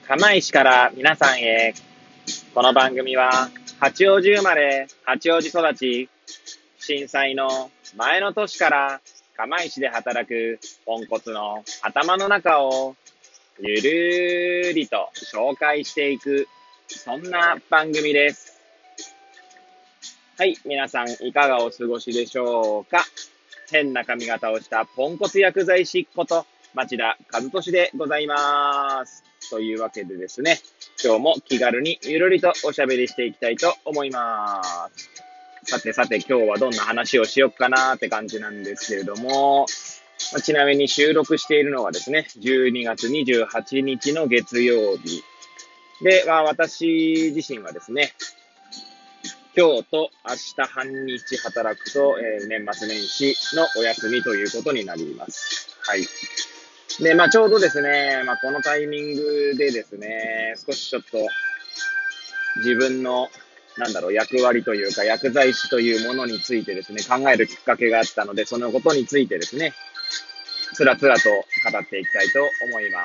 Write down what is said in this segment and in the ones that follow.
釜石から皆さんへ。この番組は八王子生まれ、八王子育ち、震災の前の年から釜石で働くポンコツの頭の中をゆるーりと紹介していく、そんな番組です。はい、皆さんいかがお過ごしでしょうか。変な髪型をしたポンコツ薬剤師こと町田和俊でございます。というわけでですね、今日も気軽にゆるりとおしゃべりしていきたいと思います。さてさて今日はどんな話をしよっかなーって感じなんですけれども、ちなみに収録しているのはですね、12月28日の月曜日で、私自身はですね、今日と明日半日働くと、年末年始のお休みということになります。はい。で、ちょうどですね、このタイミングでですね、少しちょっと自分の、役割というか、薬剤師というものについてですね、考えるきっかけがあったので、そのことについてですね、つらつらと語っていきたいと思います。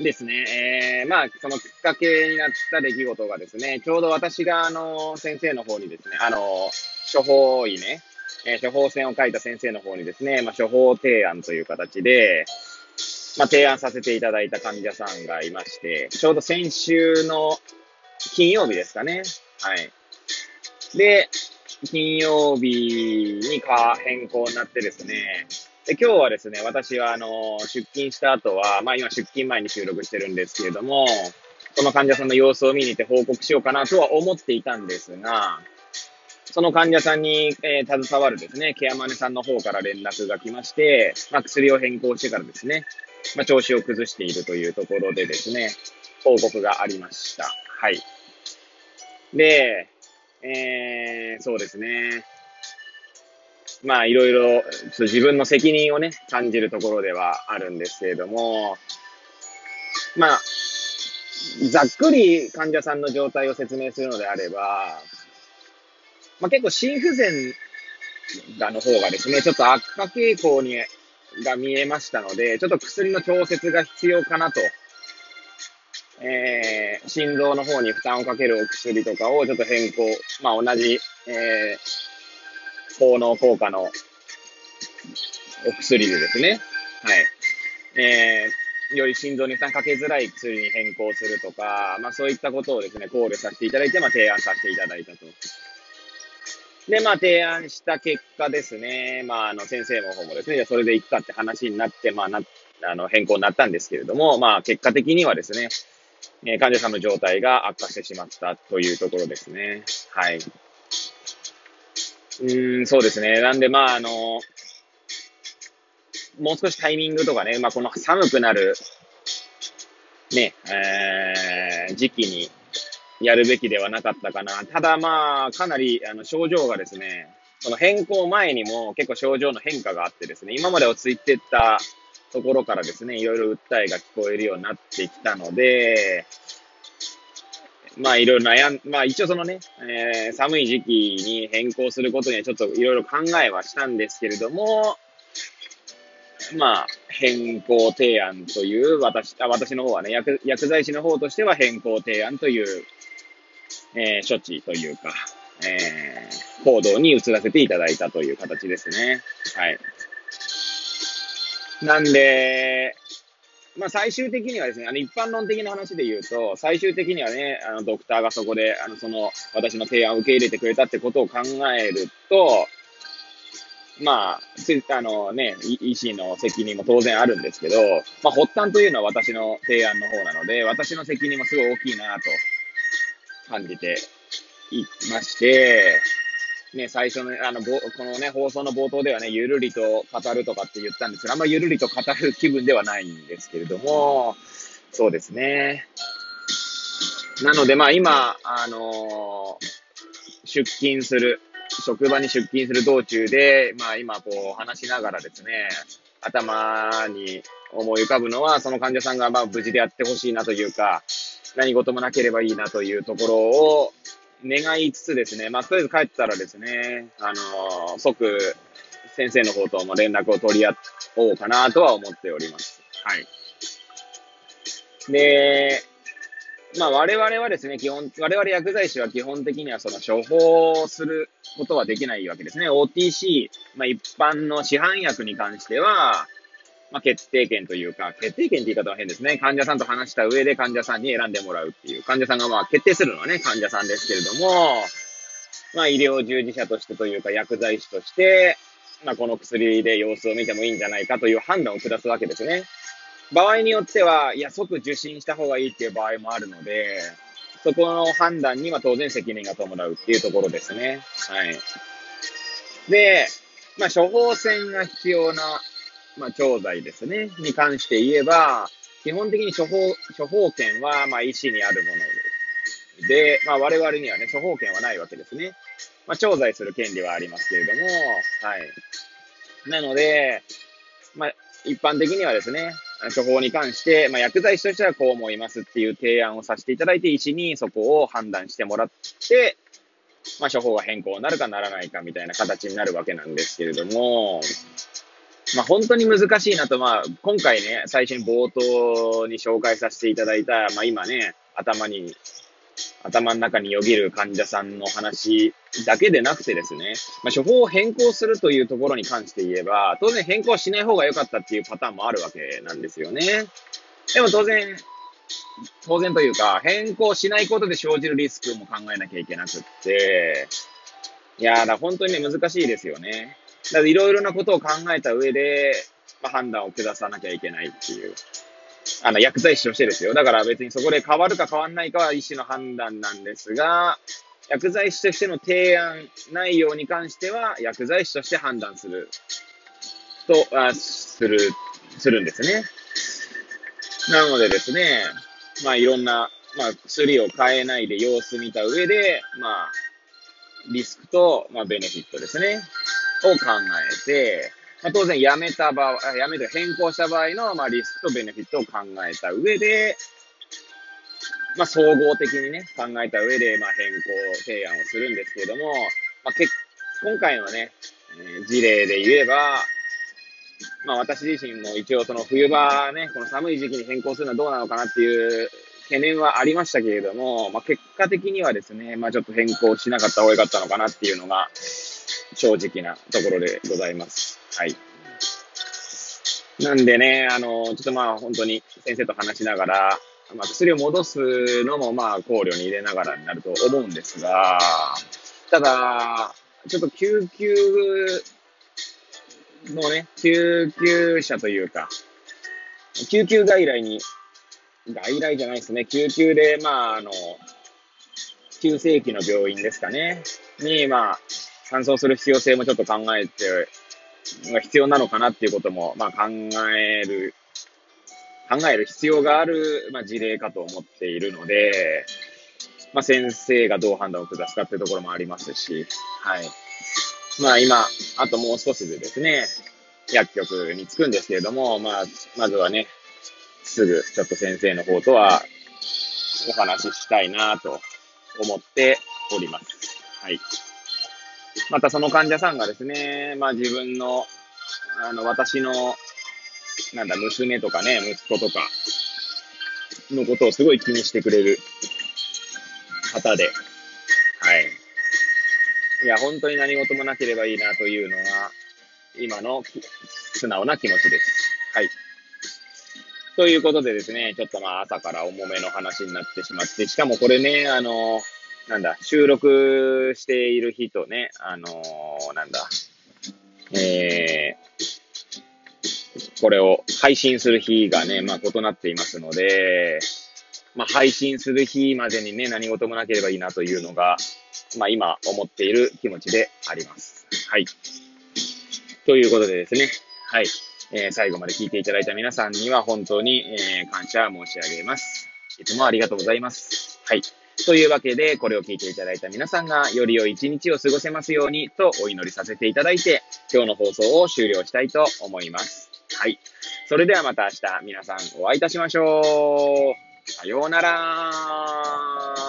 ですね、そのきっかけになった出来事がですね、ちょうど私が、先生の方にですね、処方医ね、処方箋を書いた先生の方にですね、処方提案という形で、提案させていただいた患者さんがいまして、ちょうど先週の金曜日ですかね。はい。で、金曜日に変更になってですね、で、今日はですね、私は出勤した後は、今出勤前に収録してるんですけれども、その患者さんの様子を見に行って報告しようかなとは思っていたんですが、その患者さんに、携わるですね、ケアマネさんの方から連絡が来まして、薬を変更してからですね、調子を崩しているというところでですね、報告がありました。はい。で、そうですね。いろいろ自分の責任をね、感じるところではあるんですけれども、まあ、ざっくり患者さんの状態を説明するのであれば、結構心不全の方がですね、ちょっと悪化傾向が見えましたので、ちょっと薬の調節が必要かなと。心臓の方に負担をかけるお薬とかをちょっと変更、同じ、効能効果のお薬でですね、はい。より心臓に負担かけづらい薬に変更するとか、そういったことをですね、考慮させていただいて、提案させていただいたと。で、提案した結果ですね、先生の方もですね、じゃあそれでいくかって話になって、変更になったんですけれども、結果的にはですね、患者さんの状態が悪化してしまったというところですね。はい。そうですね。なんで、もう少しタイミングとかね、この寒くなる、ね、時期にやるべきではなかったかな。ただかなり、症状がですね、その変更前にも結構症状の変化があってですね、今まで落ち着いてたところからですね、いろいろ訴えが聞こえるようになってきたので、いろいろ一応そのね、寒い時期に変更することにはちょっといろいろ考えはしたんですけれども、変更提案という私の方はね、薬剤師の方としては変更提案という、処置というか、行動に移らせていただいたという形ですね。はい。なんで、最終的にはですね、一般論的な話で言うと、最終的にはね、ドクターがそこで、私の提案を受け入れてくれたってことを考えると、医師の責任も当然あるんですけど、発端というのは私の提案の方なので、私の責任もすごい大きいなと感じていまして、ね、最初の、このね、放送の冒頭ではね、ゆるりと語るとかって言ったんですが、あんまゆるりと語る気分ではないんですけれども、そうですね。なので、今、職場に出勤する道中で、今、話しながらですね、頭に思い浮かぶのは、その患者さんが、無事でやってほしいなというか、何事もなければいいなというところを願いつつですね、とりあえず帰ったらですね、即、先生の方とも連絡を取り合おうかなとは思っております。はい。 で、まあ我々はですね、我々薬剤師は基本的にはその処方することはできないわけですね。OTC、まあ一般の市販薬に関しては、まあ決定権というか、決定権って言い方は変ですね。患者さんと話した上で患者さんに選んでもらうっていう、患者さんがまあ決定するのはね、患者さんですけれども、まあ医療従事者としてというか薬剤師として、まあこの薬で様子を見てもいいんじゃないかという判断を下すわけですね。場合によっては、いや、即受診した方がいいっていう場合もあるので、そこの判断には当然責任が伴うっていうところですね。はい。で、まあ、処方箋が必要な、まあ、調剤ですね、に関して言えば、基本的に処方権は、まあ、医師にあるもので、まあ、我々にはね、処方権はないわけですね。まあ、調剤する権利はありますけれども、はい。なので、まあ、一般的にはですね、処方に関して、まあ、薬剤師としてはこう思いますっていう提案をさせていただいて、医師にそこを判断してもらって、まあ、処方が変更になるかならないかみたいな形になるわけなんですけれども、まあ、本当に難しいなと、まあ、今回ね、最初に冒頭に紹介させていただいた、まあ、今ね、頭の中によぎる患者さんの話だけでなくてですね、まあ、処方を変更するというところに関して言えば、当然変更しない方が良かったっていうパターンもあるわけなんですよね。でも当然というか、変更しないことで生じるリスクも考えなきゃいけなくって、いやーだ、本当にね、難しいですよね。だからいろいろなことを考えた上で、まあ、判断を下さなきゃいけないっていう。薬剤師としてですよ。だから別にそこで変わるか変わらないかは医師の判断なんですが、薬剤師としての提案内容に関しては、薬剤師として判断すると、するんですね。なのでですね、まあいろんな、まあ薬を変えないで様子見た上で、まあリスクと、まあベネフィットですね、を考えて、まあ、当然やめて変更した場合の、まあリスクとベネフィットを考えた上で、まあ総合的にね、考えた上で、まあ変更提案をするんですけれども、まあ今回のね、事例で言えば、まあ私自身も一応その冬場ね、この寒い時期に変更するのはどうなのかなっていう懸念はありましたけれども、まあ結果的にはですね、まあちょっと変更しなかった方が良かったのかなっていうのが正直なところでございます。はい。なんでね、ちょっとまあ本当に先生と話しながら、まあ薬を戻すのもまあ考慮に入れながらになると思うんですが、ただ、ちょっと救急のね、救急車というか、救急外来じゃないですね。救急で、まあ、急性期の病院ですかね。に、まあ、搬送する必要性もちょっと必要なのかなっていうことも、まあ、考える必要がある、まあ、事例かと思っているので、まあ、先生がどう判断を下すかっていうところもありますし、はい。まあ、今、あともう少しでですね、薬局に着くんですけれども、まあ、まずはね、すぐちょっと先生の方とはお話ししたいなと思っております。はい。またその患者さんがですね、まあ自分の、私の、娘とかね、息子とかのことをすごい気にしてくれる方で、はい。いや、本当に何事もなければいいなというのが、今の素直な気持ちです。はい。ということでですね、ちょっとまあ朝から重めの話になってしまって、しかもこれね、収録している日とね、えこれを配信する日がね、まあ異なっていますので、まあ配信する日までにね、何事もなければいいなというのが、まあ今思っている気持ちであります。はい。ということでですね、はい。最後まで聞いていただいた皆さんには本当に、感謝申し上げます。いつもありがとうございます。はい。というわけで、これを聞いていただいた皆さんがより良い一日を過ごせますようにとお祈りさせていただいて、今日の放送を終了したいと思います。はい。それではまた明日皆さんお会いいたしましょう。さようなら。